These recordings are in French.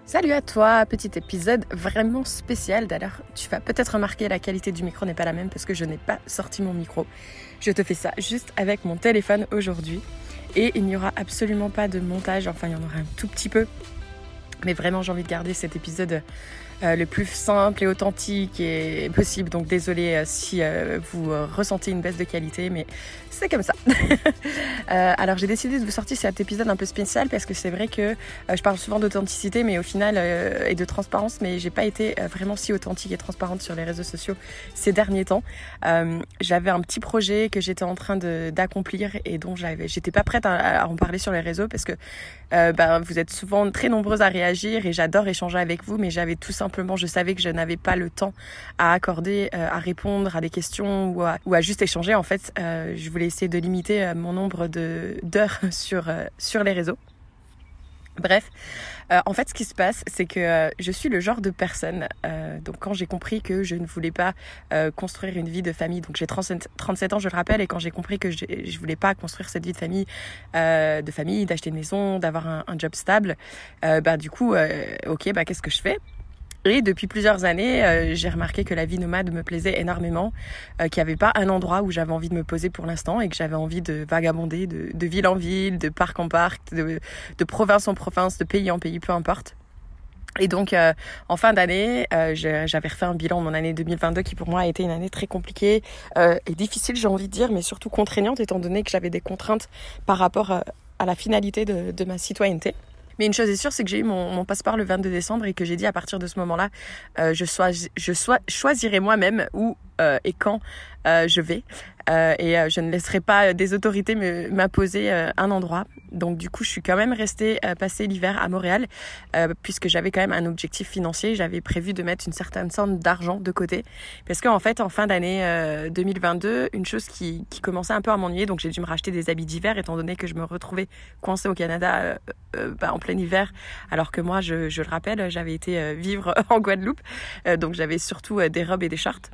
Salut à toi, petit épisode vraiment spécial. D'ailleurs, tu vas peut-être remarquer la qualité du micro n'est pas la même parce que je n'ai pas sorti mon micro. Je te fais ça juste avec mon téléphone aujourd'hui et il n'y aura absolument pas de montage, enfin il y en aura un tout petit peu. Mais vraiment j'ai envie de garder cet épisode le plus simple et authentique et possible. Donc désolée si vous ressentez une baisse de qualité, mais c'est comme ça. Alors j'ai décidé de vous sortir cet épisode un peu spécial parce que c'est vrai que je parle souvent d'authenticité mais au final et de transparence, mais j'ai pas été vraiment si authentique et transparente sur les réseaux sociaux ces derniers temps. J'avais un petit projet que j'étais en train d'accomplir et dont j'étais pas prête à en parler sur les réseaux parce que vous êtes souvent très nombreuses à réagir et j'adore échanger avec vous, mais je savais que je n'avais pas le temps à accorder à répondre à des questions ou à juste échanger. En fait, je voulais essayer de limiter mon nombre d'heures sur les réseaux. Bref, en fait, ce qui se passe, c'est que je suis le genre de personne, donc quand j'ai compris que je ne voulais pas construire une vie de famille, donc j'ai 37 ans, je le rappelle, et quand j'ai compris que je voulais pas construire cette vie de famille, d'acheter une maison, d'avoir un job stable, qu'est-ce que je fais ? Et depuis plusieurs années, j'ai remarqué que la vie nomade me plaisait énormément, qu'il n'y avait pas un endroit où j'avais envie de me poser pour l'instant et que j'avais envie de vagabonder de ville en ville, de parc en parc, de province en province, de pays en pays, peu importe. Et donc, en fin d'année, j'avais refait un bilan de mon année 2022 qui pour moi a été une année très compliquée et difficile, j'ai envie de dire, mais surtout contraignante étant donné que j'avais des contraintes par rapport à la finalité de ma citoyenneté. Mais une chose est sûre, c'est que j'ai eu mon passeport le 22 décembre et que j'ai dit à partir de ce moment-là, je choisirai moi-même où et quand je vais. Je ne laisserai pas des autorités m'imposer un endroit. Donc du coup, je suis quand même restée passer l'hiver à Montréal puisque j'avais quand même un objectif financier. J'avais prévu de mettre une certaine somme d'argent de côté parce qu'en fait, en fin d'année 2022, une chose qui commençait un peu à m'ennuyer, donc j'ai dû me racheter des habits d'hiver étant donné que je me retrouvais coincée au Canada en plein hiver, alors que moi, je le rappelle, j'avais été vivre en Guadeloupe, donc j'avais surtout des robes et des shorts.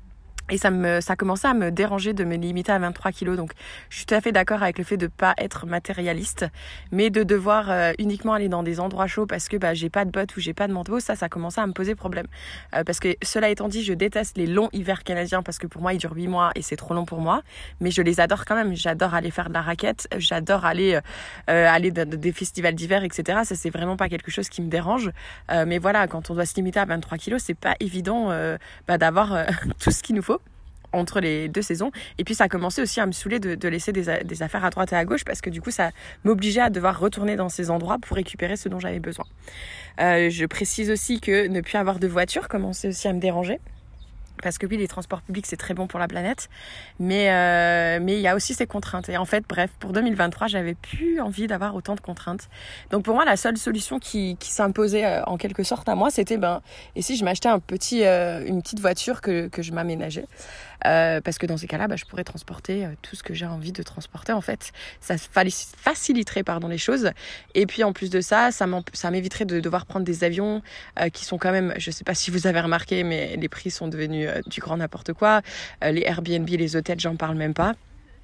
Et ça commençait à me déranger de me limiter à 23 kilos. Donc, je suis tout à fait d'accord avec le fait de pas être matérialiste, mais de devoir uniquement aller dans des endroits chauds parce que j'ai pas de bottes ou j'ai pas de manteau. Ça commençait à me poser problème. Parce que cela étant dit, je déteste les longs hivers canadiens parce que pour moi, ils durent 8 mois et c'est trop long pour moi. Mais je les adore quand même. J'adore aller faire de la raquette. J'adore aller dans des festivals d'hiver, etc. Ça, c'est vraiment pas quelque chose qui me dérange. Mais voilà, quand on doit se limiter à 23 kilos, c'est pas évident d'avoir tout ce qu'il nous faut entre les deux saisons. Et puis ça a commencé aussi à me saouler de laisser des affaires à droite et à gauche parce que du coup ça m'obligeait à devoir retourner dans ces endroits pour récupérer ce dont j'avais besoin. Je précise aussi que ne plus avoir de voiture commençait aussi à me déranger. Parce que oui, les transports publics, c'est très bon pour la planète, mais il y a aussi ces contraintes. Et en fait, bref, pour 2023, j'avais plus envie d'avoir autant de contraintes. Donc pour moi, la seule solution qui s'imposait en quelque sorte à moi, c'était et si je m'achetais une petite voiture que je m'aménageais. Parce que dans ces cas-là, je pourrais transporter tout ce que j'ai envie de transporter. En fait, ça faciliterait les choses. Et puis en plus de ça, ça m'éviterait de devoir prendre des avions qui sont quand même, je sais pas si vous avez remarqué, mais les prix sont devenus du grand n'importe quoi. Les Airbnb, les hôtels, j'en parle même pas.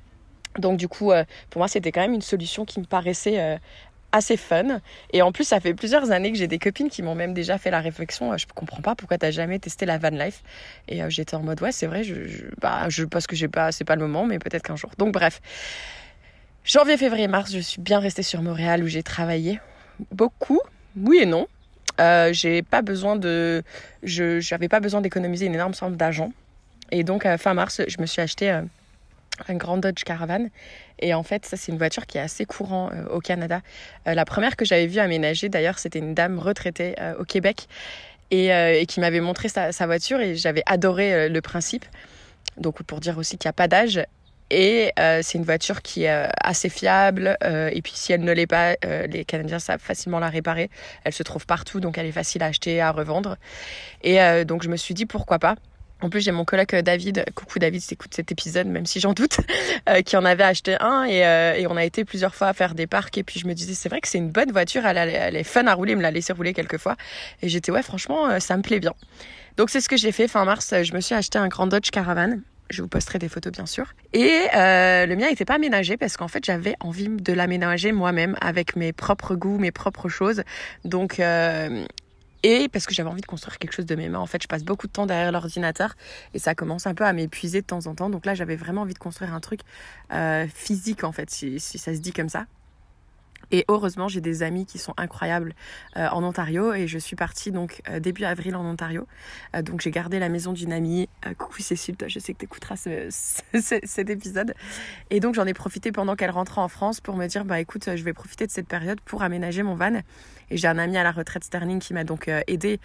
Donc du coup, pour moi, c'était quand même une solution qui me paraissait assez fun. Et en plus, ça fait plusieurs années que j'ai des copines qui m'ont même déjà fait la réflexion, je comprends pas pourquoi t'as jamais testé la van life. Et j'étais en mode ouais, c'est vrai, parce que c'est pas le moment, mais peut-être qu'un jour. Donc bref, janvier, février, mars, je suis bien restée sur Montréal où j'ai travaillé beaucoup, oui et non. J'avais pas besoin d'économiser une énorme somme d'argent. Et donc fin mars, je me suis acheté un grand Dodge Caravan. Et en fait, ça, c'est une voiture qui est assez courante au Canada. La première que j'avais vue aménagée, d'ailleurs, c'était une dame retraitée au Québec et qui m'avait montré sa voiture et j'avais adoré le principe. Donc, pour dire aussi qu'il n'y a pas d'âge. Et c'est une voiture qui est assez fiable. Et puis, si elle ne l'est pas, les Canadiens savent facilement la réparer. Elle se trouve partout, donc elle est facile à acheter, à revendre. Et donc, je me suis dit, pourquoi pas ? En plus, j'ai mon coloc David, coucou David si t'écoutes cet épisode, même si j'en doute, qui en avait acheté un et on a été plusieurs fois à faire des parcs et puis je me disais, c'est vrai que c'est une bonne voiture, elle est fun à rouler, il me l'a laissé rouler quelques fois et franchement, ça me plaît bien. Donc c'est ce que j'ai fait fin mars, je me suis acheté un grand Dodge Caravan Je vous posterai des photos bien sûr. Et le mien n'était pas aménagé parce qu'en fait j'avais envie de l'aménager moi-même avec mes propres goûts, mes propres choses. Donc et parce que j'avais envie de construire quelque chose de mes mains. En fait, je passe beaucoup de temps derrière l'ordinateur et ça commence un peu à m'épuiser de temps en temps. Donc là, j'avais vraiment envie de construire un truc physique en fait, si ça se dit comme ça. Et heureusement, j'ai des amis qui sont incroyables en Ontario et je suis partie donc début avril en Ontario. Donc j'ai gardé la maison d'une amie. Coucou Cécile, toi je sais que tu écouteras cet épisode. Et donc j'en ai profité pendant qu'elle rentrait en France pour me dire écoute, je vais profiter de cette période pour aménager mon van. Et j'ai un ami à la retraite Sterling qui m'a donc aidé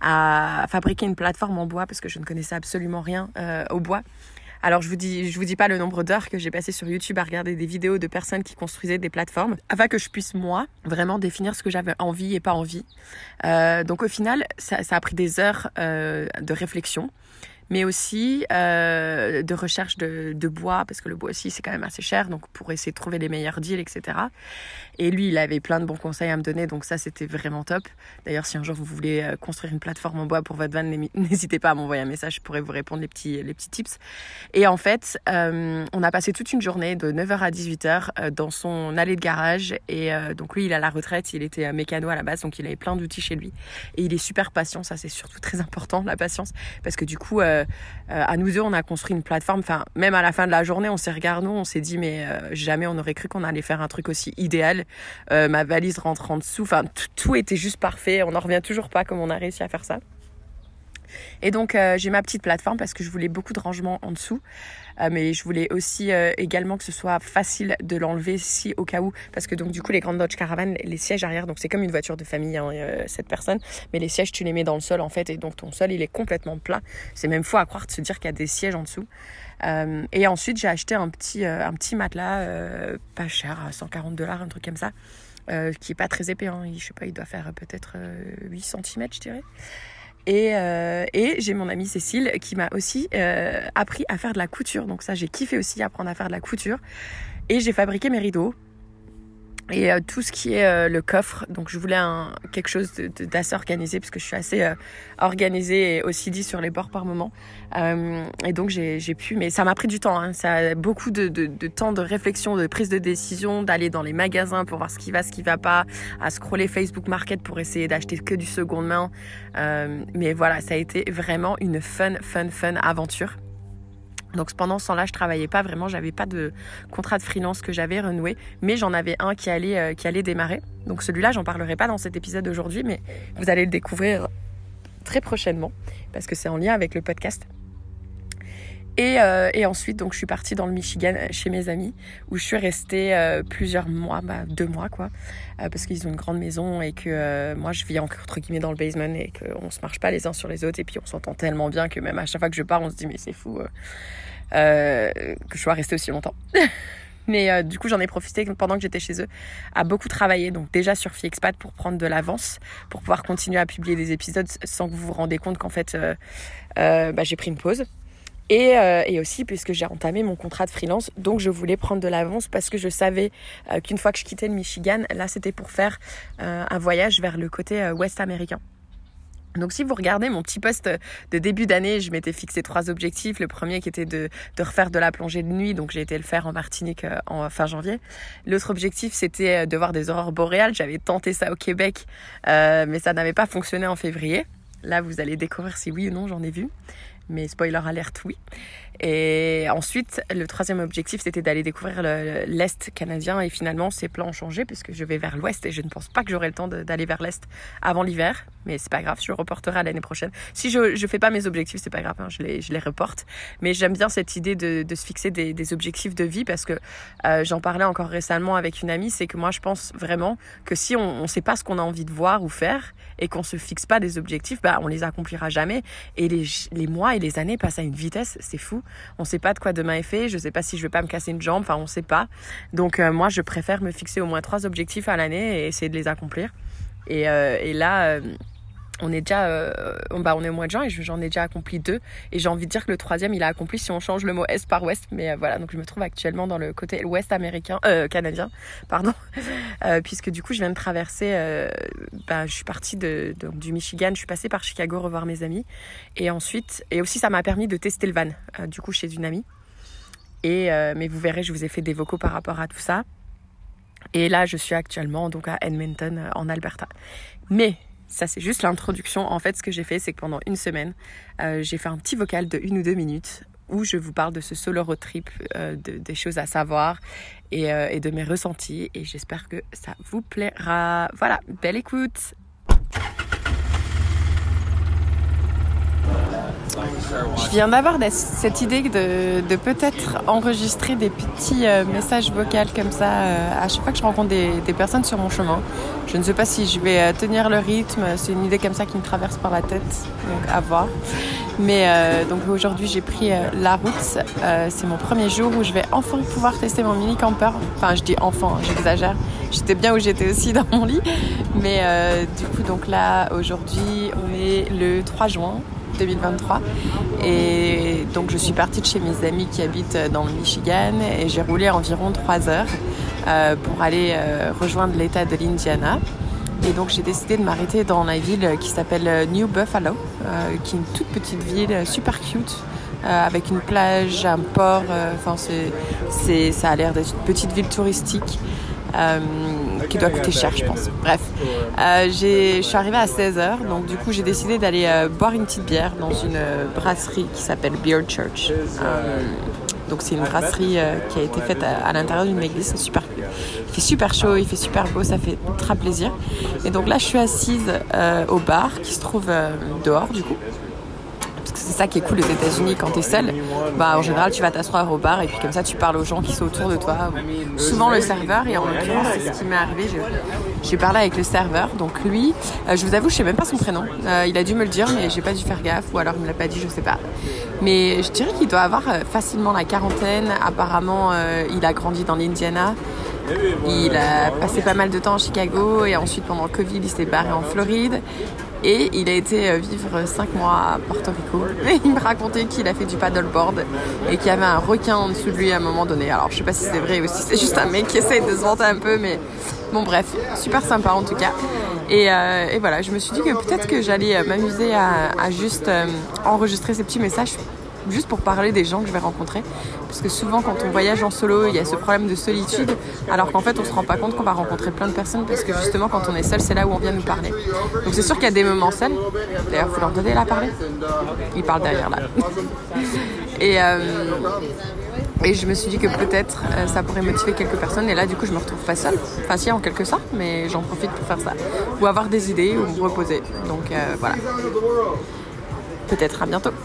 à fabriquer une plateforme en bois parce que je ne connaissais absolument rien au bois. Alors je vous dis pas le nombre d'heures que j'ai passé sur YouTube à regarder des vidéos de personnes qui construisaient des plateformes afin que je puisse moi vraiment définir ce que j'avais envie et pas envie. Donc au final ça a pris des heures de réflexion, mais aussi de recherche de bois parce que le bois aussi c'est quand même assez cher, donc pour essayer de trouver les meilleurs deals, etc. Et lui il avait plein de bons conseils à me donner, donc ça c'était vraiment top. D'ailleurs si un jour vous voulez construire une plateforme en bois pour votre van, n'hésitez pas à m'envoyer un message, je pourrais vous répondre les petits tips. Et en fait on a passé toute une journée de 9h à 18h dans son allée de garage et donc lui il a la retraite, il était mécano à la base, donc il avait plein d'outils chez lui et il est super patient, ça c'est surtout très important, la patience, parce que du coup à nous deux on a construit une plateforme, enfin même à la fin de la journée on s'est regardé, on s'est dit mais jamais on aurait cru qu'on allait faire un truc aussi idéal. Ma valise rentre en dessous, enfin tout était juste parfait, on n'en revient toujours pas comme on a réussi à faire ça. Et donc j'ai ma petite plateforme parce que je voulais beaucoup de rangement en dessous, mais je voulais aussi également que ce soit facile de l'enlever si au cas où, parce que donc du coup les grandes Dodge Caravan, les sièges arrière, donc c'est comme une voiture de famille cette personne, mais les sièges tu les mets dans le sol en fait, et donc ton sol il est complètement plat, c'est même fou à croire de se dire qu'il y a des sièges en dessous. Et ensuite j'ai acheté un petit matelas pas cher, à $140, un truc comme ça, qui est pas très épais, hein. Je sais pas, il doit faire peut-être 8 cm je dirais. Et j'ai mon amie Cécile qui m'a aussi appris à faire de la couture. Donc ça, j'ai kiffé aussi apprendre à faire de la couture. Et j'ai fabriqué mes rideaux. Et tout ce qui est le coffre, donc je voulais quelque chose d'assez organisé parce que je suis assez organisée et OCD sur les bords par moment. Et donc j'ai pu, mais ça m'a pris du temps, hein. Ça a beaucoup de temps de réflexion, de prise de décision, d'aller dans les magasins pour voir ce qui va pas, à scroller Facebook Market pour essayer d'acheter que du seconde main. Mais voilà, ça a été vraiment une fun aventure. Donc pendant ce temps-là, je travaillais pas vraiment, j'avais pas de contrat de freelance que j'avais renoué, mais j'en avais un qui allait démarrer. Donc celui-là, j'en parlerai pas dans cet épisode d'aujourd'hui, mais vous allez le découvrir très prochainement parce que c'est en lien avec le podcast. Et ensuite, donc je suis partie dans le Michigan chez mes amis où je suis restée plusieurs mois, 2 mois quoi, parce qu'ils ont une grande maison et que moi je vis entre guillemets dans le basement et qu'on se marche pas les uns sur les autres et puis on s'entend tellement bien que même à chaque fois que je pars, on se dit mais c'est fou que je sois restée aussi longtemps. Mais du coup, j'en ai profité pendant que j'étais chez eux à beaucoup travailler. Donc déjà sur FiExpat pour prendre de l'avance, pour pouvoir continuer à publier des épisodes sans que vous vous rendez compte qu'en fait, j'ai pris une pause. Et aussi puisque j'ai entamé mon contrat de freelance, donc je voulais prendre de l'avance parce que je savais qu'une fois que je quittais le Michigan, là c'était pour faire un voyage vers le côté ouest américain. Donc si vous regardez mon petit post de début d'année, je m'étais fixé 3 objectifs. Le premier qui était de refaire de la plongée de nuit, donc j'ai été le faire en Martinique en fin janvier. L'autre objectif c'était de voir des aurores boréales, j'avais tenté ça au Québec, mais ça n'avait pas fonctionné en février. Là vous allez découvrir si oui ou non j'en ai vu. Mais spoiler alert, oui. Et ensuite, le 3e objectif, c'était d'aller découvrir l'Est canadien. Et finalement, ces plans ont changé puisque je vais vers l'Ouest et je ne pense pas que j'aurai le temps d'aller vers l'Est avant l'hiver. Mais c'est pas grave, je reporterai à l'année prochaine. Si je fais pas mes objectifs, c'est pas grave, hein, je les reporte. Mais j'aime bien cette idée de se fixer des objectifs de vie parce que j'en parlais encore récemment avec une amie. C'est que moi, je pense vraiment que si on sait pas ce qu'on a envie de voir ou faire et qu'on se fixe pas des objectifs, on les accomplira jamais. Et les mois et les années passent à une vitesse, c'est fou. On sait pas de quoi demain est fait, je sais pas si je vais pas me casser une jambe, on sait pas. Donc moi je préfère me fixer au moins 3 objectifs à l'année et essayer de les accomplir. Et là on est déjà on est au mois de juin et j'en ai déjà accompli 2 et j'ai envie de dire que le 3e il a accompli si on change le mot est par ouest, mais voilà, donc je me trouve actuellement dans le côté ouest américain canadien pardon puisque du coup je viens de traverser je suis partie donc, du Michigan, je suis passée par Chicago revoir mes amis et ensuite et aussi ça m'a permis de tester le van du coup chez une amie et mais vous verrez, je vous ai fait des vocaux par rapport à tout ça et là je suis actuellement donc à Edmonton en Alberta. Mais ça, c'est juste l'introduction. En fait, ce que j'ai fait, c'est que pendant une semaine, j'ai fait un petit vocal de 1 ou 2 minutes où je vous parle de ce solo road trip, des choses à savoir et de mes ressentis. Et j'espère que ça vous plaira. Voilà, belle écoute. Je viens d'avoir cette idée de peut-être enregistrer des petits messages vocaux comme ça à chaque fois que je rencontre des personnes sur mon chemin. Je ne sais pas si je vais tenir le rythme, c'est une idée comme ça qui me traverse par la tête, donc à voir. Mais donc aujourd'hui j'ai pris la route, c'est mon premier jour où je vais enfin pouvoir tester mon mini camper. Enfin je dis enfin, j'exagère, j'étais bien où j'étais aussi dans mon lit. Mais du coup donc là aujourd'hui on est le 3 juin 2023 et donc je suis partie de chez mes amis qui habitent dans le Michigan et j'ai roulé environ 3 heures pour aller rejoindre l'état de l'Indiana et donc j'ai décidé de m'arrêter dans la ville qui s'appelle New Buffalo qui est une toute petite ville super cute avec une plage, un port, ça a l'air d'être une petite ville touristique qui doit coûter cher je pense. Bref, je suis arrivée à 16h, donc du coup j'ai décidé d'aller boire une petite bière dans une brasserie qui s'appelle Beer Church. Donc c'est une brasserie qui a été faite à l'intérieur d'une église, c'est super cool. Il fait super chaud, il fait super beau, ça fait très plaisir. Et donc là je suis assise au bar qui se trouve dehors du coup. C'est ça qui est cool aux États-Unis quand t'es seul. En général, tu vas t'asseoir au bar et puis comme ça, tu parles aux gens qui sont autour de toi. Souvent le serveur, et en l'occurrence, c'est ce qui m'est arrivé. J'ai parlé avec le serveur, donc lui, je vous avoue, je sais même pas son prénom. Il a dû me le dire, mais j'ai pas dû faire gaffe, ou alors il me l'a pas dit, je sais pas. Mais je dirais qu'il doit avoir facilement la quarantaine. Apparemment, il a grandi dans l'Indiana. Il a passé pas mal de temps à Chicago et ensuite pendant le Covid, il s'est barré en Floride. Et il a été vivre 5 mois à Porto Rico. Et il me racontait qu'il a fait du paddleboard et qu'il y avait un requin en dessous de lui à un moment donné. Alors je sais pas si c'est vrai ou si c'est juste un mec qui essaye de se vanter un peu, mais bon bref, super sympa en tout cas. Et voilà, je me suis dit que peut-être que j'allais m'amuser à juste enregistrer ces petits messages juste pour parler des gens que je vais rencontrer, parce que souvent quand on voyage en solo il y a ce problème de solitude, alors qu'en fait on se rend pas compte qu'on va rencontrer plein de personnes, parce que justement quand on est seul c'est là où on vient nous parler. Donc c'est sûr qu'il y a des moments seuls, d'ailleurs faut leur donner la parler, ils parlent derrière là. Et je me suis dit que peut-être ça pourrait motiver quelques personnes, et là du coup je me retrouve pas seule, enfin si en quelque sorte, mais j'en profite pour faire ça, ou avoir des idées ou me reposer, donc voilà, peut-être à bientôt.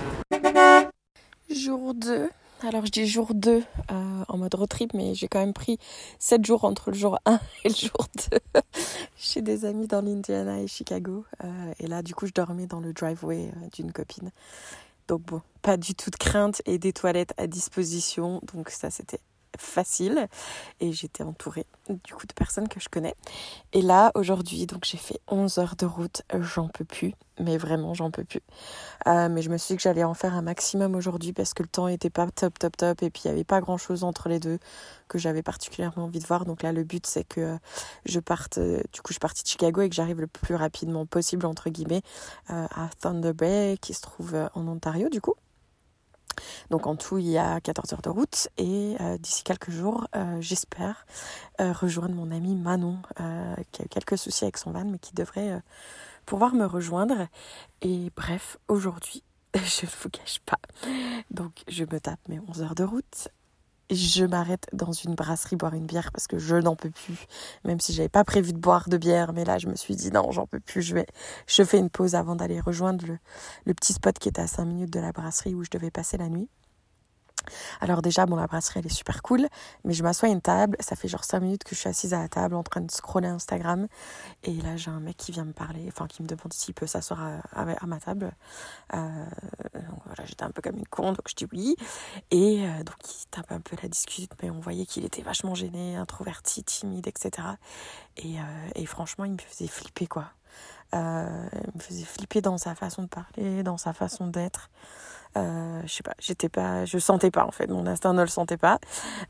Jour 2, alors je dis jour 2 en mode road trip, mais j'ai quand même pris 7 jours entre le jour 1 et le jour 2 chez des amis dans l'Indiana et Chicago. Et là du coup je dormais dans le driveway d'une copine. Donc bon, pas du tout de crainte et des toilettes à disposition, donc ça c'était facile et j'étais entourée du coup de personnes que je connais. Et là aujourd'hui donc j'ai fait 11 heures de route, j'en peux plus, mais vraiment j'en peux plus, mais je me suis dit que j'allais en faire un maximum aujourd'hui parce que le temps était pas top et puis il y avait pas grand chose entre les deux que j'avais particulièrement envie de voir. Donc là le but c'est que je parte, du coup je suis partie de Chicago et que j'arrive le plus rapidement possible entre guillemets à Thunder Bay qui se trouve en Ontario du coup. Donc en tout, il y a 14 heures de route et d'ici quelques jours, j'espère rejoindre mon amie Manon qui a eu quelques soucis avec son van mais qui devrait pouvoir me rejoindre. Et bref, aujourd'hui, je ne vous cache pas. Donc je me tape mes 11 heures de route. Je m'arrête dans une brasserie boire une bière parce que je n'en peux plus, même si j'avais pas prévu de boire de bière, mais là je me suis dit non, j'en peux plus, je fais une pause avant d'aller rejoindre le petit spot qui était à 5 minutes de la brasserie où je devais passer la nuit. Alors déjà, bon, la brasserie, elle est super cool, mais je m'assois à une table, ça fait genre 5 minutes que je suis assise à la table en train de scroller Instagram, et là, j'ai un mec qui vient me parler, enfin, qui me demande s'il peut s'asseoir à ma table. Donc voilà, j'étais un peu comme une con, donc je dis oui, et donc il tape un peu la discute, mais on voyait qu'il était vachement gêné, introverti, timide, etc. Et franchement, il me faisait flipper, quoi. Il me faisait flipper dans sa façon de parler, dans sa façon d'être. Je sais pas, je sentais pas en fait, mon instinct ne le sentait pas.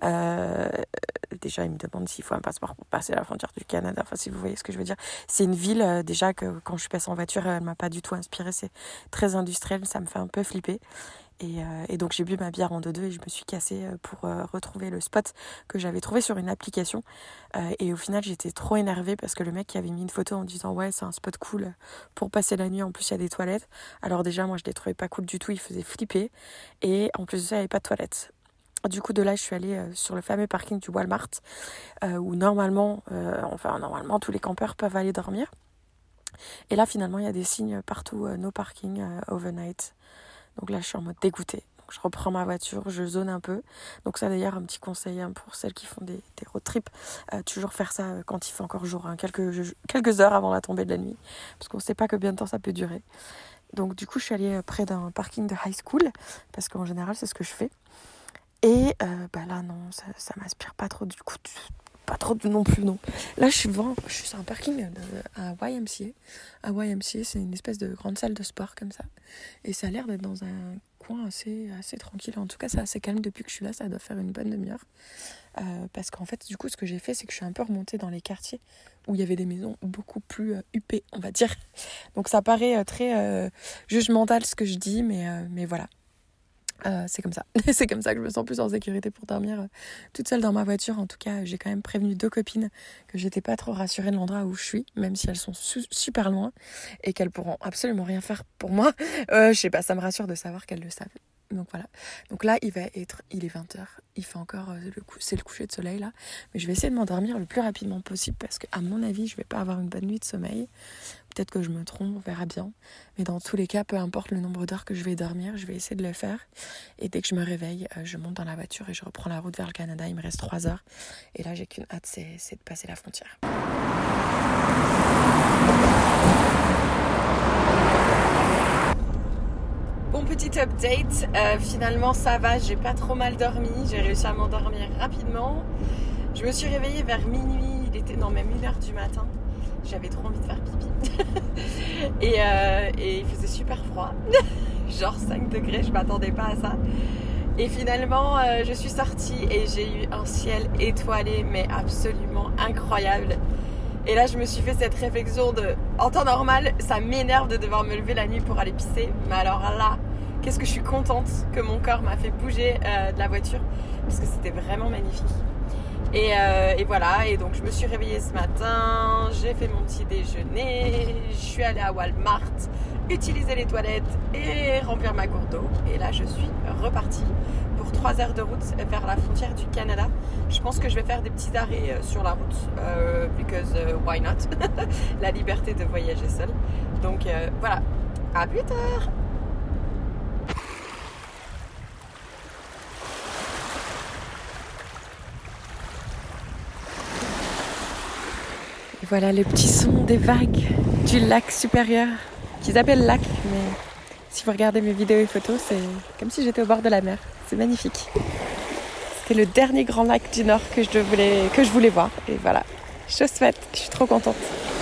Déjà il me demande s'il faut un passeport pour passer la frontière du Canada, enfin si vous voyez ce que je veux dire. C'est une ville déjà que quand je suis passée en voiture, elle m'a pas du tout inspirée, c'est très industriel, ça me fait un peu flipper. Et donc j'ai bu ma bière en 2-2 et je me suis cassée pour retrouver le spot que j'avais trouvé sur une application. Et au final j'étais trop énervée parce que le mec qui avait mis une photo en disant ouais c'est un spot cool pour passer la nuit, en plus il y a des toilettes. Alors déjà moi je les trouvais pas cool du tout, il faisait flipper et en plus de ça il n'y avait pas de toilettes. Du coup de là je suis allée sur le fameux parking du Walmart où normalement tous les campeurs peuvent aller dormir. Et là finalement il y a des signes partout, no parking overnight. Donc là, je suis en mode dégoûtée. Donc je reprends ma voiture, je zone un peu. Donc ça, d'ailleurs, un petit conseil pour celles qui font des road trips. Toujours faire ça quand il fait encore jour, quelques heures avant la tombée de la nuit. Parce qu'on ne sait pas combien de temps ça peut durer. Donc du coup, je suis allée près d'un parking de high school. Parce qu'en général, c'est ce que je fais. Et là, non, ça m'inspire pas trop du coup. Pas trop non plus, non. Là, je suis sur un parking à YMCA. À YMCA, c'est une espèce de grande salle de sport comme ça. Et ça a l'air d'être dans un coin assez tranquille. En tout cas, c'est assez calme depuis que je suis là. Ça doit faire une bonne demi-heure. Parce qu'en fait, du coup, ce que j'ai fait, c'est que je suis un peu remontée dans les quartiers où il y avait des maisons beaucoup plus huppées, on va dire. Donc ça paraît très jugemental ce que je dis, mais voilà. C'est comme ça. C'est comme ça que je me sens plus en sécurité pour dormir toute seule dans ma voiture. En tout cas, j'ai quand même prévenu 2 copines que j'étais pas trop rassurée de l'endroit où je suis, même si elles sont super loin et qu'elles pourront absolument rien faire pour moi. Je sais pas, ça me rassure de savoir qu'elles le savent. Donc voilà. Donc là, il est 20h. Il fait encore c'est le coucher de soleil là. Mais je vais essayer de m'endormir le plus rapidement possible parce qu'à mon avis, je vais pas avoir une bonne nuit de sommeil. Peut-être que je me trompe, on verra bien. Mais dans tous les cas, peu importe le nombre d'heures que je vais dormir, je vais essayer de le faire. Et dès que je me réveille, je monte dans la voiture et je reprends la route vers le Canada. Il me reste 3 heures. Et là, j'ai qu'une hâte, c'est de passer la frontière. Bon, petit update. Finalement, ça va. J'ai pas trop mal dormi. J'ai réussi à m'endormir rapidement. Je me suis réveillée vers minuit. Il était même 1h du matin. J'avais trop envie de faire pipi. et il faisait super froid. Genre 5 degrés, je m'attendais pas à ça. Et finalement, je suis sortie et j'ai eu un ciel étoilé, mais absolument incroyable. Et là, je me suis fait cette réflexion en temps normal, ça m'énerve de devoir me lever la nuit pour aller pisser. Mais alors là, qu'est-ce que je suis contente que mon corps m'a fait bouger de la voiture. Parce que c'était vraiment magnifique. Et voilà, et donc je me suis réveillée ce matin, j'ai fait mon petit déjeuner, je suis allée à Walmart, utiliser les toilettes et remplir ma gourde d'eau. Et là, je suis repartie pour 3 heures de route vers la frontière du Canada. Je pense que je vais faire des petits arrêts sur la route, because why not? La liberté de voyager seule. Donc voilà, à plus tard! Voilà le petit son des vagues du lac supérieur, qu'ils appellent lac, mais si vous regardez mes vidéos et photos, c'est comme si j'étais au bord de la mer. C'est magnifique. C'était le dernier grand lac du Nord que je voulais voir. Et voilà, chose faite, je suis trop contente.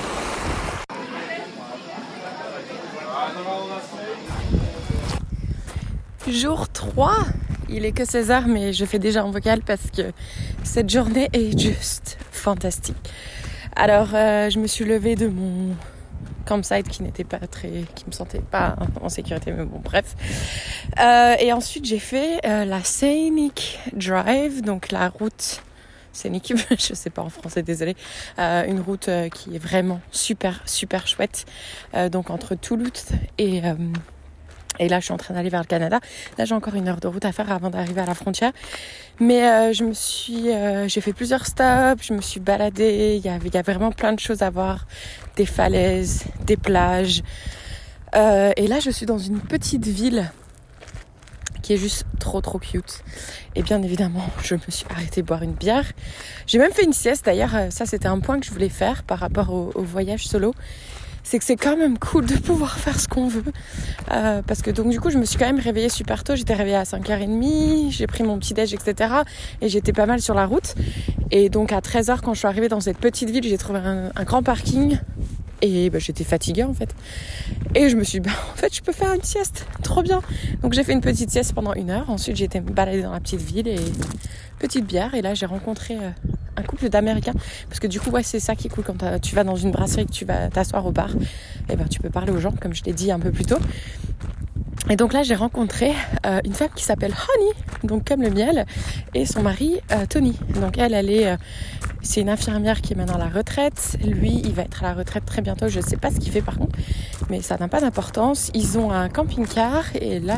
Jour 3, il est que 16h, mais je fais déjà en vocal parce que cette journée est juste fantastique. Alors, je me suis levée de mon campsite qui me sentait pas en sécurité, mais bon, bref. Et ensuite, j'ai fait la Scenic Drive, donc la route scénique, je sais pas en français, désolée. Une route qui est vraiment super, super chouette. Donc, entre Toulouse et là, je suis en train d'aller vers le Canada. Là, j'ai encore 1 heure de route à faire avant d'arriver à la frontière. Mais j'ai fait plusieurs stops, je me suis baladée. Il y a vraiment plein de choses à voir. Des falaises, des plages. Et là, je suis dans une petite ville qui est juste trop, trop cute. Et bien évidemment, je me suis arrêtée boire une bière. J'ai même fait une sieste. D'ailleurs, ça, c'était un point que je voulais faire par rapport au voyage solo. C'est que c'est quand même cool de pouvoir faire ce qu'on veut. Parce que donc du coup, je me suis quand même réveillée super tôt. J'étais réveillée à 5h30, j'ai pris mon petit-déj, etc. Et j'étais pas mal sur la route. Et donc à 13h, quand je suis arrivée dans cette petite ville, j'ai trouvé un grand parking. Et j'étais fatiguée en fait. Et je me suis dit, en fait, je peux faire une sieste. Trop bien. Donc j'ai fait une petite sieste pendant 1 heure. Ensuite, j'ai été me balader dans la petite ville et petite bière. Et là, j'ai rencontré un couple d'Américains. Parce que du coup, c'est ça qui est cool quand tu vas dans une brasserie, que tu vas t'asseoir au bar. Et tu peux parler aux gens, comme je l'ai dit un peu plus tôt. Et donc là, j'ai rencontré une femme qui s'appelle Honey, donc comme le miel, et son mari Tony. Donc c'est une infirmière qui est maintenant à la retraite. Lui, il va être à la retraite très bientôt. Je ne sais pas ce qu'il fait par contre, mais ça n'a pas d'importance. Ils ont un camping-car et là,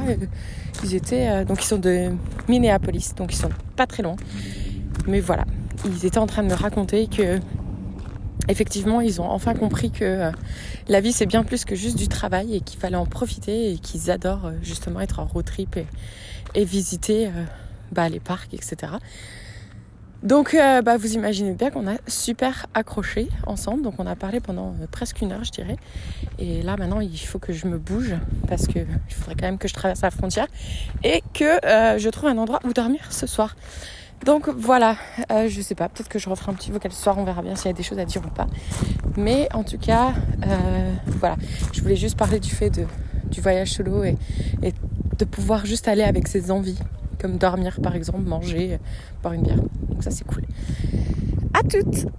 ils sont de Minneapolis, donc ils sont pas très loin. Mais voilà, ils étaient en train de me raconter que effectivement, ils ont enfin compris que la vie, c'est bien plus que juste du travail et qu'il fallait en profiter et qu'ils adorent justement être en road trip et visiter les parcs, etc. Donc, vous imaginez bien qu'on a super accroché ensemble. Donc, on a parlé pendant presque 1 heure, je dirais. Et là, maintenant, il faut que je me bouge parce que il faudrait quand même que je traverse la frontière et que je trouve un endroit où dormir ce soir. Donc voilà, je sais pas, peut-être que je referai un petit vocal ce soir, on verra bien s'il y a des choses à dire ou pas. Mais en tout cas, voilà, je voulais juste parler du fait du voyage solo et de pouvoir juste aller avec ses envies, comme dormir par exemple, manger, boire une bière. Donc ça c'est cool. À toutes.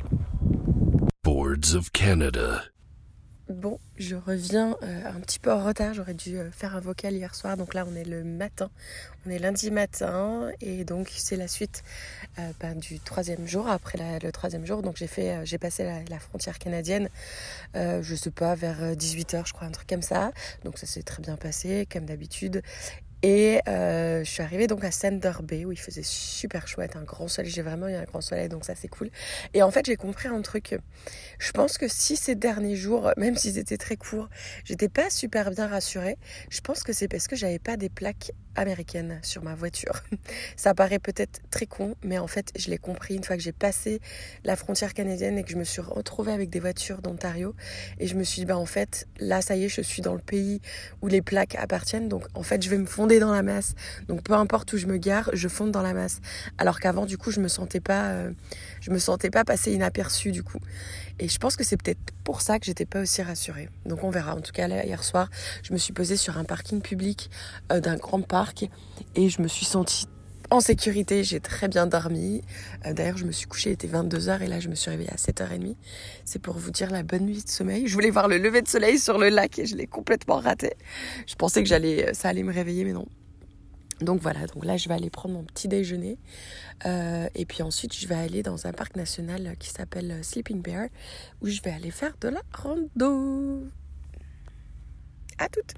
Boards of Canada. Bon, je reviens un petit peu en retard, j'aurais dû faire un vocal hier soir, donc là on est le matin, on est lundi matin et donc c'est la suite du 3e jour, après le 3e jour, donc j'ai passé la frontière canadienne, je sais pas, vers 18h je crois, un truc comme ça, donc ça s'est très bien passé comme d'habitude. Et je suis arrivée donc à Thunder Bay où il faisait super chouette, un grand soleil, j'ai vraiment eu un grand soleil donc ça c'est cool. Et en fait j'ai compris un truc, je pense que si ces derniers jours, même s'ils étaient très courts, j'étais pas super bien rassurée, je pense que c'est parce que j'avais pas des plaques américaines sur ma voiture. Ça paraît peut-être très con, mais en fait je l'ai compris une fois que j'ai passé la frontière canadienne et que je me suis retrouvée avec des voitures d'Ontario et je me suis dit en fait là ça y est je suis dans le pays où les plaques appartiennent, donc en fait je vais me fonder dans la masse, donc peu importe où je me gare, je fonde dans la masse, alors qu'avant du coup je me sentais pas passer inaperçue du coup, et je pense que c'est peut-être pour ça que j'étais pas aussi rassurée, donc on verra. En tout cas là, hier soir je me suis posée sur un parking public d'un grand parc et je me suis sentie en sécurité, j'ai très bien dormi. D'ailleurs, je me suis couchée, il était 22h et là, je me suis réveillée à 7h30. C'est pour vous dire la bonne nuit de sommeil. Je voulais voir le lever de soleil sur le lac et je l'ai complètement raté. Je pensais que ça allait me réveiller, mais non. Donc voilà, donc là, je vais aller prendre mon petit déjeuner. Et puis ensuite, je vais aller dans un parc national qui s'appelle Sleeping Bear où je vais aller faire de la rando. À toutes!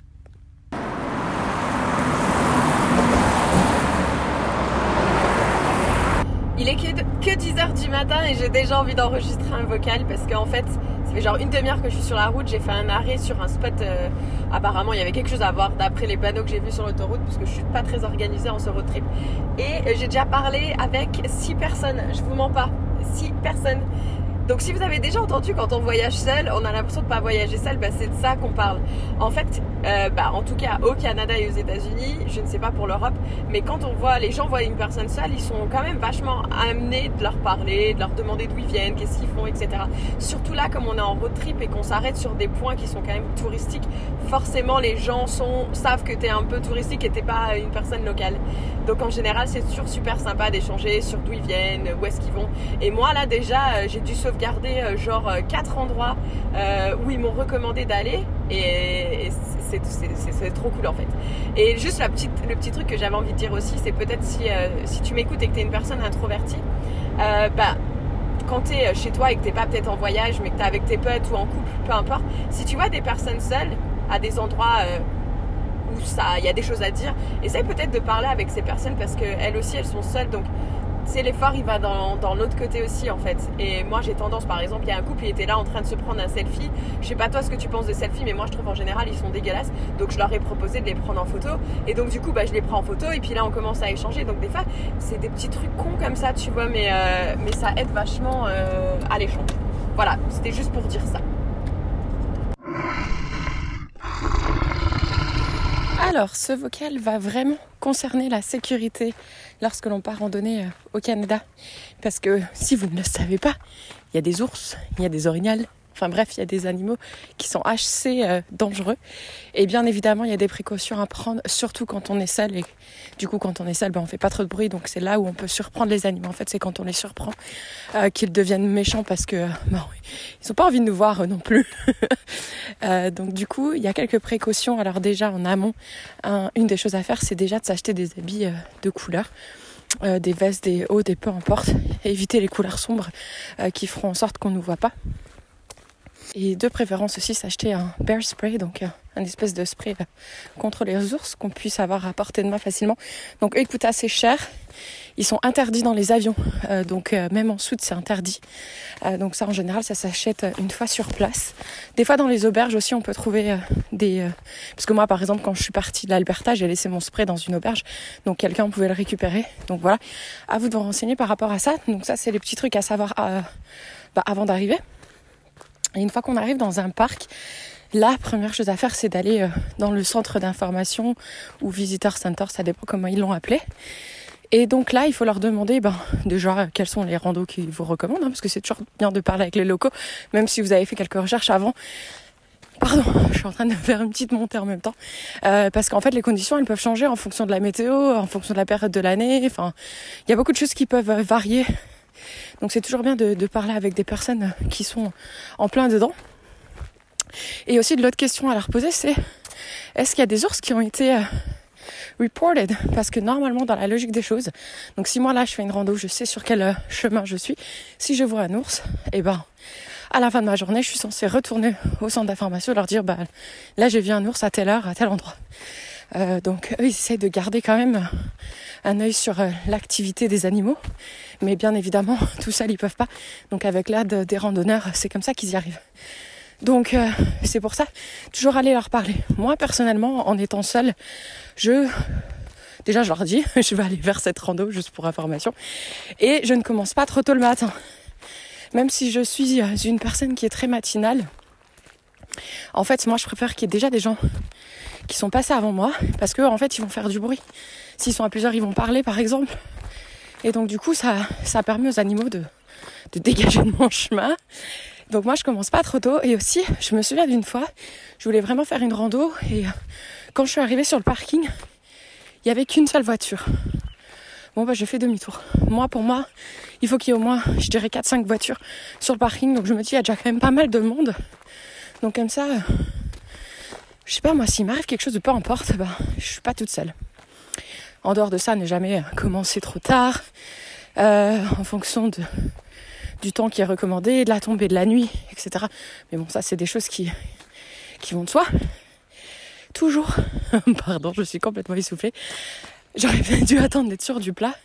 Il est que 10h du matin et j'ai déjà envie d'enregistrer un vocal parce qu'en fait, ça fait genre 1 demi-heure que je suis sur la route. J'ai fait un arrêt sur un spot. Apparemment, il y avait quelque chose à voir d'après les panneaux que j'ai vus sur l'autoroute parce que je suis pas très organisée en ce road trip. Et j'ai déjà parlé avec 6 personnes. Je vous mens pas. 6 personnes. Donc si vous avez déjà entendu quand on voyage seul, on a l'impression de pas voyager seul, c'est de ça qu'on parle. En fait, en tout cas au Canada et aux États-Unis, je ne sais pas pour l'Europe, mais quand les gens voient une personne seule, ils sont quand même vachement amenés de leur parler, de leur demander d'où ils viennent, qu'est-ce qu'ils font, etc. Surtout là, comme on est en road trip et qu'on s'arrête sur des points qui sont quand même touristiques, forcément les gens savent que tu es un peu touristique et t'es pas une personne locale. Donc en général, c'est toujours super sympa d'échanger sur d'où ils viennent, où est-ce qu'ils vont. Et moi là déjà, j'ai dû sauvegarder 4 endroits où ils m'ont recommandé d'aller et c'est trop cool en fait. Et juste le petit truc que j'avais envie de dire aussi, c'est peut-être si tu m'écoutes et que tu es une personne introvertie, quand tu es chez toi et que tu n'es pas peut-être en voyage mais que tu es avec tes potes ou en couple, peu importe, si tu vois des personnes seules à des endroits où il y a des choses à dire, essaye peut-être de parler avec ces personnes parce qu'elles aussi elles sont seules, donc l'effort il va dans l'autre côté aussi en fait. Et moi j'ai tendance, par exemple, il y a un couple, il était là en train de se prendre un selfie. Je sais pas toi ce que tu penses de selfies, mais moi je trouve en général ils sont dégueulasses. Donc je leur ai proposé de les prendre en photo. Et donc du coup je les prends en photo et puis là on commence à échanger. Donc des fois c'est des petits trucs cons comme ça, tu vois, mais ça aide vachement à l'échange. Voilà, c'était juste pour dire ça. Alors, ce vocal va vraiment concerner la sécurité lorsque l'on part randonner au Canada. Parce que si vous ne le savez pas, il y a des ours, il y a des orignals, Enfin bref, il y a des animaux qui sont assez dangereux. Et bien évidemment, il y a des précautions à prendre, surtout quand on est seul. Et du coup, quand on est seul, on fait pas trop de bruit. Donc c'est là où on peut surprendre les animaux. En fait, c'est quand on les surprend qu'ils deviennent méchants parce que ils ont pas envie de nous voir non plus. Donc du coup, il y a quelques précautions. Alors déjà, en amont, une des choses à faire, c'est déjà de s'acheter des habits de couleur. Des vestes, des hauts, des peu importe. Éviter les couleurs sombres qui feront en sorte qu'on ne nous voit pas. Et de préférence aussi s'acheter un bear spray, donc un espèce de spray contre les ours qu'on puisse avoir à portée de main facilement. Donc eux, ils coûtent assez cher. Ils sont interdits dans les avions, donc même en soute c'est interdit. Donc ça en général ça s'achète une fois sur place. Des fois dans les auberges aussi on peut trouver parce que moi par exemple quand je suis partie de l'Alberta j'ai laissé mon spray dans une auberge, donc quelqu'un pouvait le récupérer. Donc voilà, à vous de vous renseigner par rapport à ça. Donc ça c'est les petits trucs à savoir avant d'arriver. Et une fois qu'on arrive dans un parc, la première chose à faire, c'est d'aller dans le centre d'information ou visitor center, ça dépend comment ils l'ont appelé. Et donc là, il faut leur demander déjà quels sont les randos qu'ils vous recommandent, parce que c'est toujours bien de parler avec les locaux, même si vous avez fait quelques recherches avant. Pardon, je suis en train de faire une petite montée en même temps. Parce qu'en fait, les conditions, elles peuvent changer en fonction de la météo, en fonction de la période de l'année. Enfin, il y a beaucoup de choses qui peuvent varier. Donc c'est toujours bien de parler avec des personnes qui sont en plein dedans. Et aussi de l'autre question à leur poser, c'est est-ce qu'il y a des ours qui ont été reported? Parce que normalement dans la logique des choses, donc si moi là je fais une rando, je sais sur quel chemin je suis, si je vois un ours, à la fin de ma journée je suis censée retourner au centre d'information et leur dire là j'ai vu un ours à telle heure, à tel endroit. Donc eux ils essayent de garder quand même un œil sur l'activité des animaux, mais bien évidemment tout seul ils peuvent pas, donc avec l'aide des randonneurs c'est comme ça qu'ils y arrivent. Donc c'est pour ça toujours aller leur parler. Moi personnellement en étant seule, déjà je leur dis je vais aller vers cette rando juste pour information, et je ne commence pas trop tôt le matin, même si je suis une personne qui est très matinale. En fait moi je préfère qu'il y ait déjà des gens qui sont passés avant moi, parce que en fait ils vont faire du bruit. S'ils sont à plusieurs, ils vont parler par exemple. Et donc du coup ça permet aux animaux de dégager de mon chemin. Donc moi je commence pas trop tôt. Et aussi je me souviens d'une fois, je voulais vraiment faire une rando, et quand je suis arrivée sur le parking, il y avait qu'une seule voiture. J'ai fait demi-tour. Pour moi, il faut qu'il y ait au moins, je dirais 4-5 voitures sur le parking. Donc je me dis, il y a déjà quand même pas mal de monde. Donc comme ça, je sais pas moi, s'il m'arrive quelque chose de peu importe, je suis pas toute seule. En dehors de ça, ne jamais commencer trop tard, en fonction du temps qui est recommandé, de la tombée de la nuit, etc. Mais bon, ça c'est des choses qui vont de soi. Toujours, pardon, je suis complètement essoufflée. J'aurais bien dû attendre d'être sûre du plat.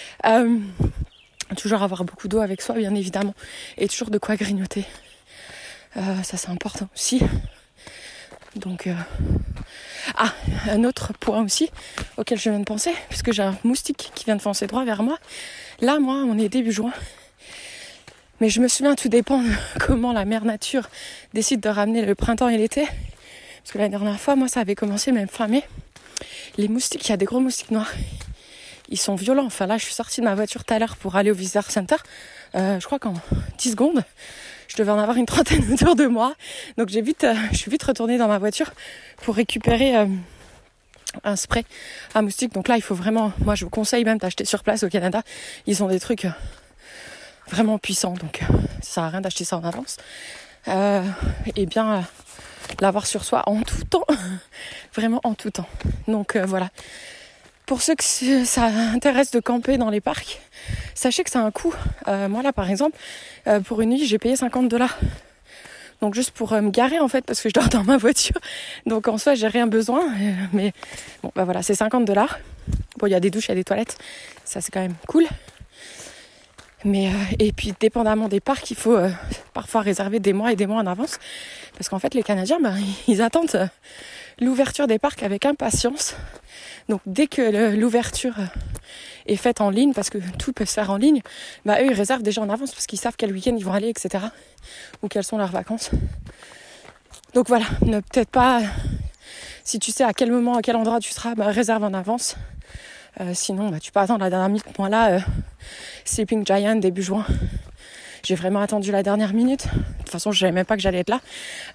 Toujours avoir beaucoup d'eau avec soi, bien évidemment, et toujours de quoi grignoter. Ça c'est important aussi. Donc, un autre point aussi auquel je viens de penser, puisque j'ai un moustique qui vient de foncer droit vers moi. Là, moi, on est début juin. Mais je me souviens, tout dépend de comment la mère nature décide de ramener le printemps et l'été. Parce que la dernière fois, moi, ça avait commencé même fin mai. Les moustiques, il y a des gros moustiques noirs. Ils sont violents. Enfin là, je suis sortie de ma voiture tout à l'heure pour aller au visitor center. Je crois qu'en 10 secondes, je devais en avoir une trentaine autour de moi. Donc je suis vite retournée dans ma voiture pour récupérer un spray à moustiques. Donc là, il faut vraiment, moi je vous conseille même d'acheter sur place au Canada. Ils ont des trucs vraiment puissants. Donc ça sert à rien d'acheter ça en avance. Et bien l'avoir sur soi en tout temps. Vraiment en tout temps. Donc voilà. Pour ceux que ça intéresse de camper dans les parcs, sachez que ça a un coût. Moi là par exemple, pour une nuit j'ai payé $50. Donc juste pour me garer en fait, parce que je dors dans ma voiture. Donc en soi j'ai rien besoin. Mais bon voilà, c'est $50. Bon, il y a des douches, il y a des toilettes. Ça c'est quand même cool. Mais et puis dépendamment des parcs, il faut parfois réserver des mois et des mois en avance. Parce qu'en fait les Canadiens, ils attendent l'ouverture des parcs avec impatience. Donc dès que l'ouverture est faite en ligne, parce que tout peut se faire en ligne, eux ils réservent déjà en avance parce qu'ils savent quel week-end ils vont aller, etc. Ou quelles sont leurs vacances. Donc voilà, ne peut-être pas, si tu sais à quel moment, à quel endroit tu seras, réserve en avance. Sinon tu peux attendre la dernière minute. Moi là, Sleeping Giant début juin, J'ai vraiment attendu la dernière minute. De toute façon, je savais même pas que j'allais être là.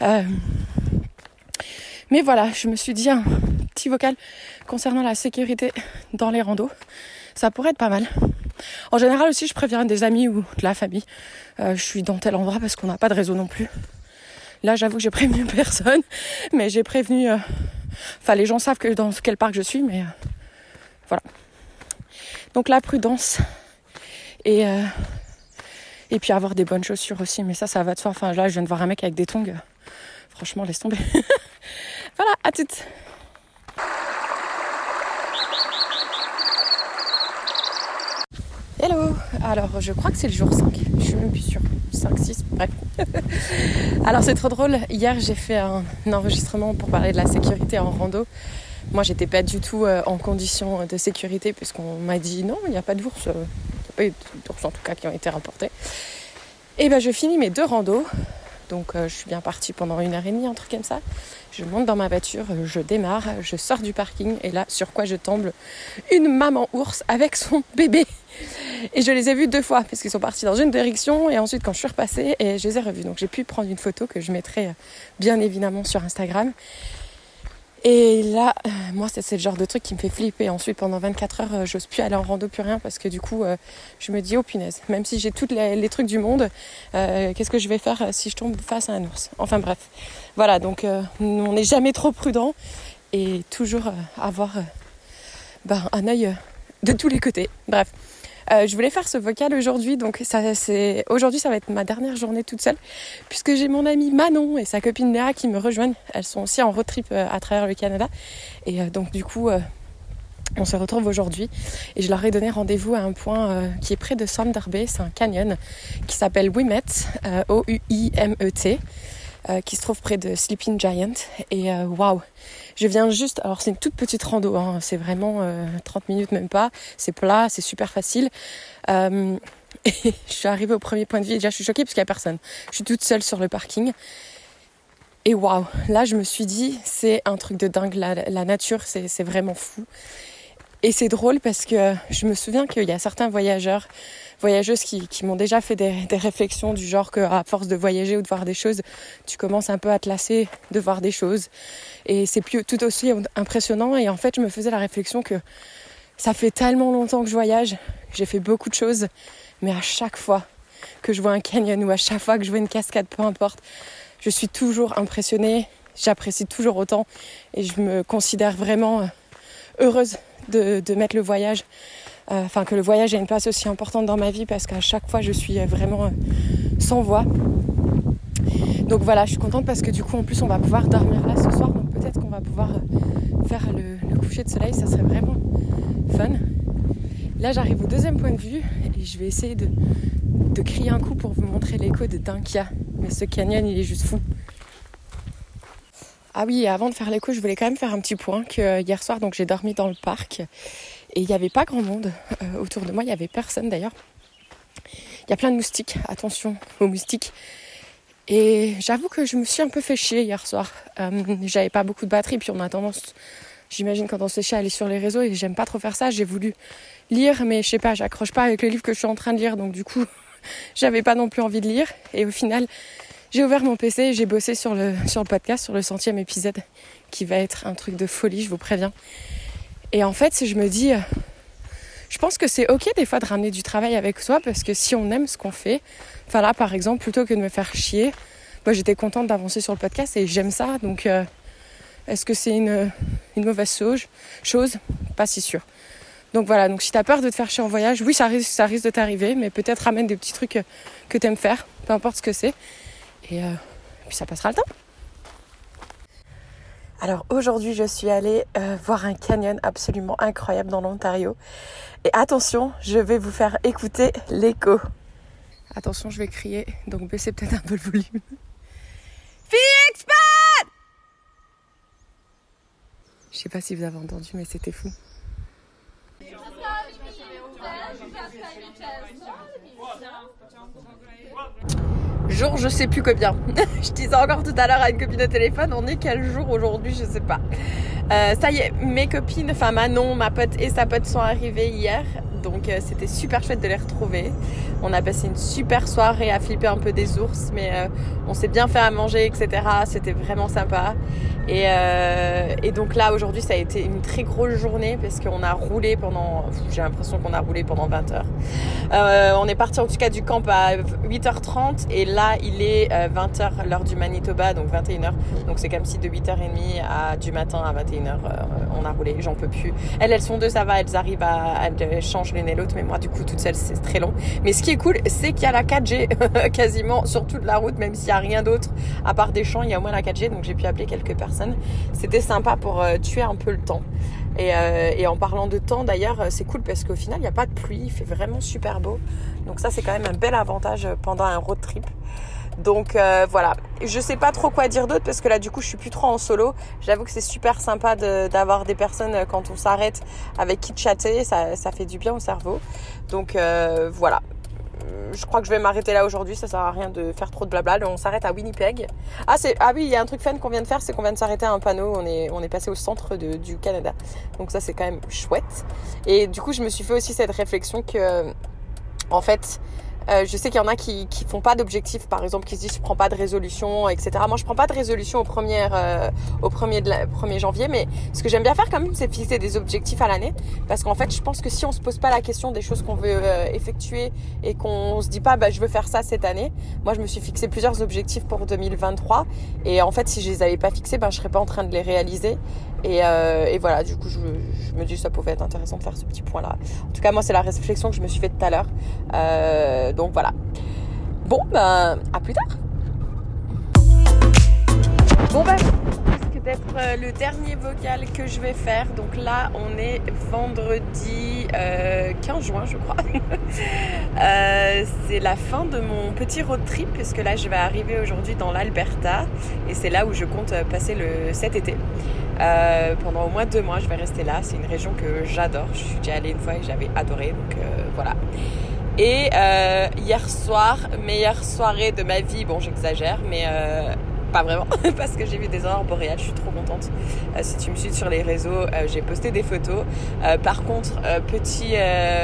Mais voilà, je me suis dit un petit vocal concernant la sécurité dans les randos. Ça pourrait être pas mal. En général aussi, je préviens des amis ou de la famille. Je suis dans tel endroit parce qu'on n'a pas de réseau non plus. Là, j'avoue que j'ai prévenu personne. Mais j'ai prévenu... Enfin, les gens savent que dans quel parc je suis, mais... Voilà. Donc la prudence. Et puis avoir des bonnes chaussures aussi. Mais ça va de soi. Enfin, là, je viens de voir un mec avec des tongs. Franchement, laisse tomber. Voilà, à toutes. Hello. Alors, je crois que c'est le jour 5. Je suis même plus sûre. 5, 6, bref. Alors, c'est trop drôle. Hier, j'ai fait un enregistrement pour parler de la sécurité en rando. Moi, j'étais pas du tout en condition de sécurité puisqu'on m'a dit non, il n'y a pas d'ours. Il n'y a pas eu d'ours en tout cas qui ont été rapportés. Et ben, je finis mes 2 randos. Donc je suis bien partie pendant 1h30, un truc comme ça. Je monte dans ma voiture, je démarre, je sors du parking et là, sur quoi je tombe? Une maman ours avec son bébé. Et je les ai vus 2 fois parce qu'ils sont partis dans une direction et ensuite quand je suis repassée, et je les ai revus. Donc j'ai pu prendre une photo que je mettrai bien évidemment sur Instagram. Et là, moi, c'est le genre de truc qui me fait flipper. Ensuite, pendant 24 heures, j'ose plus aller en rando, plus rien, parce que du coup, je me dis, oh punaise, même si j'ai tous les trucs du monde, qu'est-ce que je vais faire si je tombe face à un ours? Enfin bref, voilà, donc on n'est jamais trop prudent et toujours avoir un œil de tous les côtés. Bref. Je voulais faire ce vocal aujourd'hui, donc aujourd'hui ça va être ma dernière journée toute seule, puisque j'ai mon amie Manon et sa copine Léa qui me rejoignent. Elles sont aussi en road trip à travers le Canada, et donc du coup on se retrouve aujourd'hui, et je leur ai donné rendez-vous à un point qui est près de Thunder Bay. C'est un canyon qui s'appelle Ouimet, O-U-I-M-E-T, qui se trouve près de Sleeping Giant, et waouh. Je viens juste, alors c'est une toute petite rando, hein, c'est vraiment 30 minutes même pas, c'est plat, c'est super facile. Et je suis arrivée au premier point de vue et déjà je suis choquée parce qu'il n'y a personne. Je suis toute seule sur le parking. Et waouh, là je me suis dit, c'est un truc de dingue, la nature, c'est vraiment fou. Et c'est drôle parce que je me souviens qu'il y a certains voyageuses qui m'ont déjà fait des réflexions du genre qu'à force de voyager ou de voir des choses, tu commences un peu à te lasser de voir des choses. Et c'est plus tout aussi impressionnant. Et en fait, je me faisais la réflexion que ça fait tellement longtemps que je voyage, j'ai fait beaucoup de choses, mais à chaque fois que je vois un canyon ou à chaque fois que je vois une cascade, peu importe, je suis toujours impressionnée, j'apprécie toujours autant et je me considère vraiment heureuse de mettre le voyage, que le voyage ait une place aussi importante dans ma vie, parce qu'à chaque fois je suis vraiment sans voix. Donc voilà, je suis contente parce que du coup en plus on va pouvoir dormir là ce soir, donc peut-être qu'on va pouvoir faire le coucher de soleil, ça serait vraiment fun. Là j'arrive au 2e point de vue et je vais essayer de crier un coup pour vous montrer l'écho de dingue qu'il y a. Mais ce canyon il est juste fou. Ah oui, et avant de faire l'écho, je voulais quand même faire un petit point que hier soir, donc j'ai dormi dans le parc et il n'y avait pas grand monde autour de moi, il n'y avait personne d'ailleurs. Il y a plein de moustiques, attention aux moustiques. Et j'avoue que je me suis un peu fait chier hier soir. J'avais pas beaucoup de batterie, puis on a tendance, j'imagine quand on se fait chier, à aller sur les réseaux et j'aime pas trop faire ça. J'ai voulu lire, mais je sais pas, j'accroche pas avec le livre que je suis en train de lire, donc du coup, j'avais pas non plus envie de lire. Et au final, j'ai ouvert mon PC et j'ai bossé sur le podcast, sur le 100e épisode, qui va être un truc de folie, je vous préviens. Et en fait, je me dis, je pense que c'est ok des fois de ramener du travail avec soi, parce que si on aime ce qu'on fait, enfin là par exemple, plutôt que de me faire chier, moi j'étais contente d'avancer sur le podcast et j'aime ça, donc est-ce que c'est une mauvaise chose? Pas si sûr. Donc voilà, donc si t'as peur de te faire chier en voyage, oui ça risque de t'arriver, mais peut-être ramène des petits trucs que t'aimes faire, peu importe ce que c'est. Et puis ça passera le temps. Alors aujourd'hui je suis allée voir un canyon absolument incroyable dans l'Ontario. Et attention, je vais vous faire écouter l'écho. Attention, je vais crier, donc baissez peut-être un peu le volume. Phoenix Spot! Je sais pas si vous avez entendu, mais c'était fou. Jour je sais plus combien. Je disais encore tout à l'heure à une copine au téléphone, on est quel jour aujourd'hui, je sais pas. Ça y est, mes copines, enfin Manon, ma pote et sa pote sont arrivées hier. donc c'était super chouette de les retrouver. On a passé une super soirée à flipper un peu des ours, mais on s'est bien fait à manger, etc. C'était vraiment sympa. Et donc là aujourd'hui ça a été une très grosse journée parce qu'on a roulé j'ai l'impression qu'on a roulé pendant 20 heures. On est parti en tout cas du camp à 8h30 et là il est 20h l'heure du Manitoba, donc 21h. Donc c'est comme si de 8h30 du matin à 21h on a roulé, j'en peux plus. Elles sont deux, ça va, elles arrivent elles changent l'une et l'autre, mais moi du coup toute seule c'est très long. Mais ce qui est cool c'est qu'il y a la 4G quasiment sur toute la route, même s'il n'y a rien d'autre à part des champs, il y a au moins la 4G, donc j'ai pu appeler quelques personnes. C'était sympa pour tuer un peu le temps. Et en parlant de temps d'ailleurs, c'est cool parce qu'au final il n'y a pas de pluie, il fait vraiment super beau. Donc ça c'est quand même un bel avantage pendant un road trip. Donc voilà, je sais pas trop quoi dire d'autre parce que là du coup je suis plus trop en solo. J'avoue que c'est super sympa d'avoir des personnes quand on s'arrête avec qui chatter, ça fait du bien au cerveau. Donc voilà. Je crois que je vais m'arrêter là aujourd'hui, ça sert à rien de faire trop de blabla. On s'arrête à Winnipeg. Ah oui, il y a un truc fun qu'on vient de faire, c'est qu'on vient de s'arrêter à un panneau. On est passé au centre du Canada. Donc ça c'est quand même chouette. Et du coup je me suis fait aussi cette réflexion que en fait je sais qu'il y en a qui font pas d'objectifs, par exemple, qui se disent je prends pas de résolution, etc. Moi je prends pas de résolution au 1er janvier, mais ce que j'aime bien faire quand même c'est fixer des objectifs à l'année, parce qu'en fait je pense que si on se pose pas la question des choses qu'on veut effectuer et qu'on se dit pas je veux faire ça cette année, moi je me suis fixé plusieurs objectifs pour 2023 et en fait si je les avais pas fixés je serais pas en train de les réaliser et voilà, du coup je me dis ça pouvait être intéressant de faire ce petit point là. En tout cas moi c'est la réflexion que je me suis faite tout à l'heure. Donc voilà. Bon, à plus tard. Bon, risque d'être le dernier vocal que je vais faire. Donc là, on est vendredi 15 juin, je crois. C'est la fin de mon petit road trip, puisque là, je vais arriver aujourd'hui dans l'Alberta. Et c'est là où je compte passer cet été. Pendant au moins 2 mois, je vais rester là. C'est une région que j'adore. Je suis déjà allée une fois et j'avais adoré. Donc voilà. Et hier soir, meilleure soirée de ma vie, bon j'exagère, mais pas vraiment, parce que j'ai vu des aurores boréales, je suis trop contente. Si tu me suis sur les réseaux, j'ai posté des photos. Par contre, petit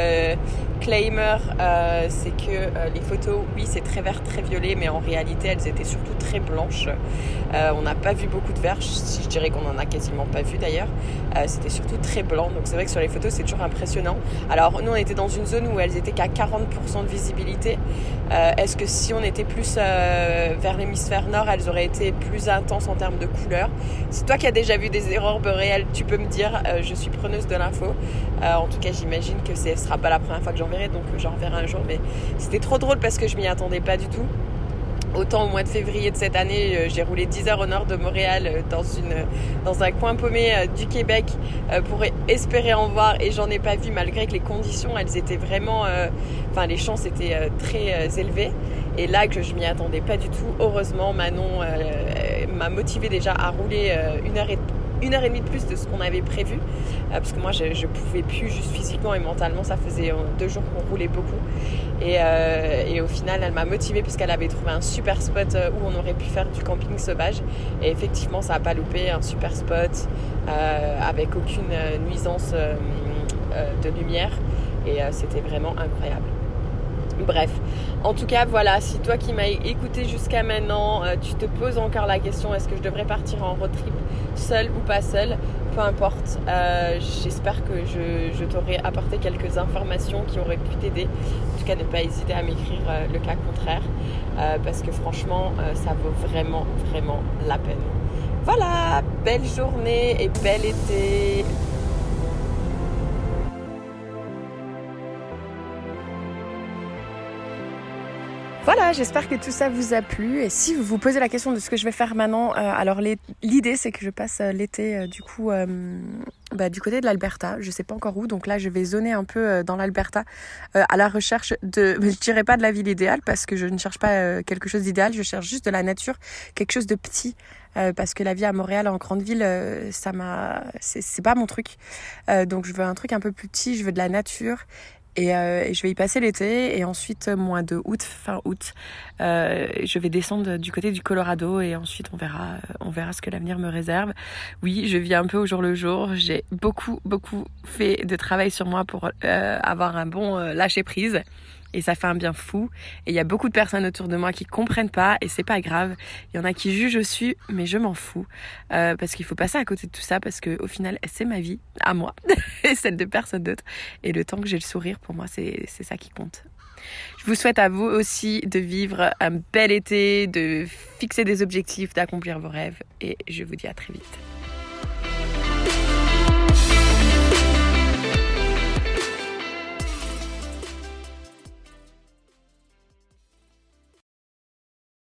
claimer, c'est que les photos, oui c'est très vert, très violet, mais en réalité elles étaient surtout très blanches. On n'a pas vu beaucoup de vert, je dirais qu'on en a quasiment pas vu d'ailleurs. C'était surtout très blanc, donc c'est vrai que sur les photos c'est toujours impressionnant. Alors nous on était dans une zone où elles étaient qu'à 40% de visibilité. Est-ce que si on était plus vers l'hémisphère nord, elles auraient été plus intenses en termes de couleurs? Si toi qui as déjà vu des aurores boréales, tu peux me dire, je suis preneuse de l'info. En tout cas j'imagine que ce sera pas la première fois que j'en verrai, donc j'en verrai un jour, mais c'était trop drôle parce que je m'y attendais pas du tout. Autant au mois de février de cette année, j'ai roulé 10 heures au nord de Montréal dans un coin paumé du Québec pour espérer en voir, et j'en ai pas vu malgré que les conditions elles étaient vraiment les chances étaient très élevées, et là que je m'y attendais pas du tout. Heureusement Manon m'a motivée déjà à rouler 1h30 de plus de ce qu'on avait prévu, parce que moi je pouvais plus, juste physiquement et mentalement, ça faisait 2 jours qu'on roulait beaucoup, et au final elle m'a motivée puisqu'elle avait trouvé un super spot où on aurait pu faire du camping sauvage, et effectivement ça n'a pas loupé, un super spot avec aucune nuisance de lumière, et c'était vraiment incroyable. Bref, en tout cas voilà, si toi qui m'as écouté jusqu'à maintenant, tu te poses encore la question, est-ce que je devrais partir en road trip seule ou pas seule, peu importe, j'espère que je t'aurai apporté quelques informations qui auraient pu t'aider. En tout cas ne pas hésiter à m'écrire le cas contraire, parce que franchement ça vaut vraiment vraiment la peine. Voilà, belle journée et bel été. Voilà, j'espère que tout ça vous a plu, et si vous vous posez la question de ce que je vais faire maintenant, alors l'idée c'est que je passe l'été du côté de l'Alberta, je sais pas encore où, donc là je vais zoner un peu dans l'Alberta à la recherche je dirais pas de la ville idéale parce que je ne cherche pas quelque chose d'idéal, je cherche juste de la nature, quelque chose de petit. Parce que la vie à Montréal en grande ville, c'est pas mon truc. Donc je veux un truc un peu plus petit, je veux de la nature. Et je vais y passer l'été et ensuite mois de août, fin août, je vais descendre du côté du Colorado et ensuite on verra ce que l'avenir me réserve. Oui, je vis un peu au jour le jour. J'ai beaucoup fait de travail sur moi pour avoir un bon lâcher prise. Et ça fait un bien fou. Et il y a beaucoup de personnes autour de moi qui comprennent pas et c'est pas grave. Il y en a qui jugent aussi, mais je m'en fous. Parce qu'il faut passer à côté de tout ça parce que au final, c'est ma vie, à moi, et celle de personne d'autre. Et le temps que j'ai le sourire, pour moi, c'est ça qui compte. Je vous souhaite à vous aussi de vivre un bel été, de fixer des objectifs, d'accomplir vos rêves. Et je vous dis à très vite.